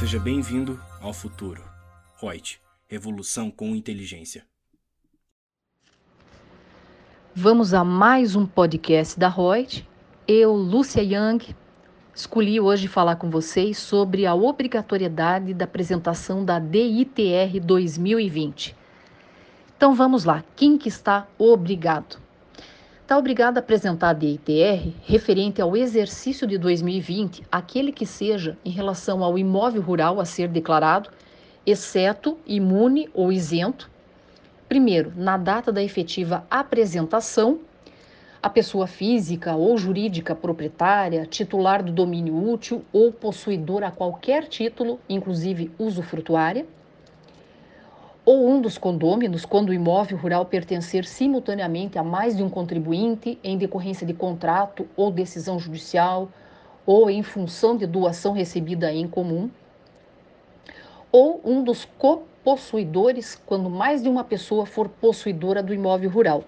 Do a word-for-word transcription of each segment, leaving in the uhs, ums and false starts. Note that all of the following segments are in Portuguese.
Seja bem-vindo ao futuro. Reut, revolução com inteligência. Vamos a mais um podcast da Reut. Eu, Lúcia Yang, escolhi hoje falar com vocês sobre a obrigatoriedade da apresentação da D I T R dois mil e vinte. Então vamos lá, quem que está obrigado? Está obrigado a apresentar a D I T R referente ao exercício de dois mil e vinte, aquele que seja em relação ao imóvel rural a ser declarado, exceto, imune ou isento. Primeiro, na data da efetiva apresentação, a pessoa física ou jurídica proprietária, titular do domínio útil ou possuidora a qualquer título, inclusive usufrutuária, ou um dos condôminos, quando o imóvel rural pertencer simultaneamente a mais de um contribuinte em decorrência de contrato ou decisão judicial, ou em função de doação recebida em comum, ou um dos copossuidores, quando mais de uma pessoa for possuidora do imóvel rural.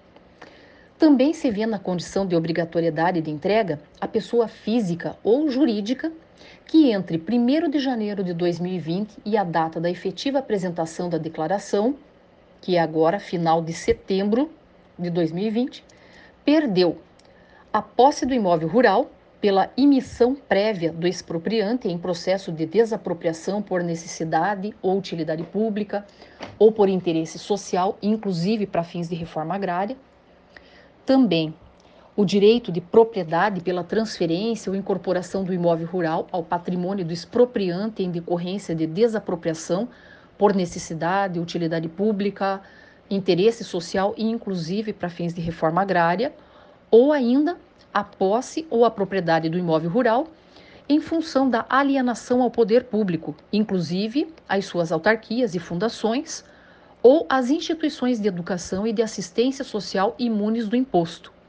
Também se vê na condição de obrigatoriedade de entrega a pessoa física ou jurídica que entre primeiro de janeiro de dois mil e vinte e a data da efetiva apresentação da declaração, que é agora final de setembro de dois mil e vinte, perdeu a posse do imóvel rural pela emissão prévia do expropriante em processo de desapropriação por necessidade ou utilidade pública ou por interesse social, inclusive para fins de reforma agrária. Também o direito de propriedade pela transferência ou incorporação do imóvel rural ao patrimônio do expropriante em decorrência de desapropriação por necessidade, utilidade pública, interesse social e inclusive para fins de reforma agrária, ou ainda a posse ou a propriedade do imóvel rural em função da alienação ao poder público, inclusive às suas autarquias e fundações, ou às instituições de educação e de assistência social imunes do imposto.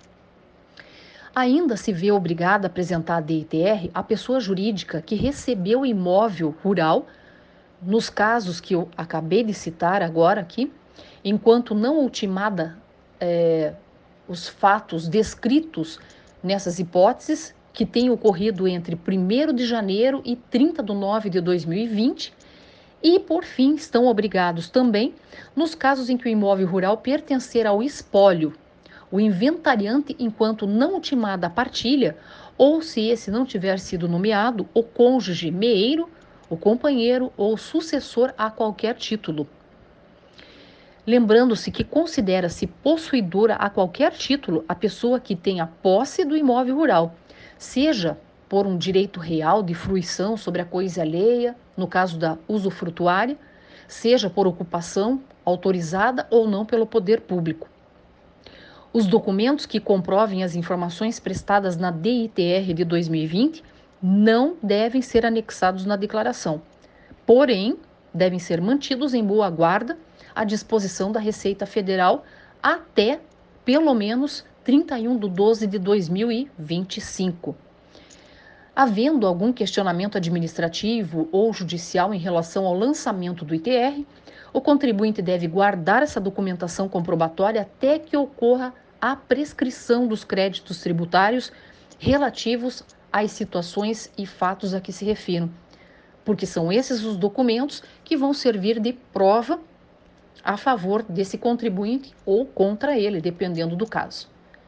Ainda se vê obrigada a apresentar a D I T R a pessoa jurídica que recebeu imóvel rural, nos casos que eu acabei de citar agora aqui, enquanto não ultimada é, os fatos descritos nessas hipóteses, que têm ocorrido entre primeiro de janeiro e trinta de nove de dois mil e vinte, e, por fim, estão obrigados também nos casos em que o imóvel rural pertencer ao espólio, o inventariante enquanto não ultimada a partilha, ou se esse não tiver sido nomeado, o cônjuge meeiro, o companheiro ou sucessor a qualquer título. Lembrando-se que considera-se possuidora a qualquer título a pessoa que tenha posse do imóvel rural, seja por um direito real de fruição sobre a coisa alheia, no caso da usufrutuária, seja por ocupação autorizada ou não pelo poder público. Os documentos que comprovem as informações prestadas na D I T R de dois mil e vinte não devem ser anexados na declaração, porém, devem ser mantidos em boa guarda à disposição da Receita Federal até, pelo menos, trinta e um de doze de dois mil e vinte e cinco. Havendo algum questionamento administrativo ou judicial em relação ao lançamento do I T R, o contribuinte deve guardar essa documentação comprobatória até que ocorra a prescrição dos créditos tributários relativos às situações e fatos a que se refiram, porque são esses os documentos que vão servir de prova a favor desse contribuinte ou contra ele, dependendo do caso.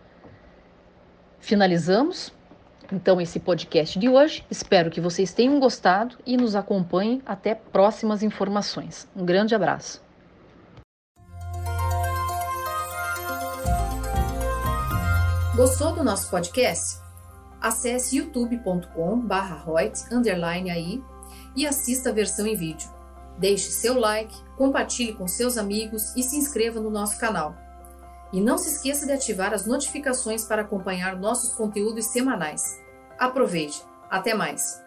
Finalizamos, então, esse podcast de hoje. Espero que vocês tenham gostado e nos acompanhem até próximas informações. Um grande abraço. Gostou do nosso podcast? Acesse youtube ponto com barra reut underline aí e assista a versão em vídeo. Deixe seu like, compartilhe com seus amigos e se inscreva no nosso canal. E não se esqueça de ativar as notificações para acompanhar nossos conteúdos semanais. Aproveite! Até mais!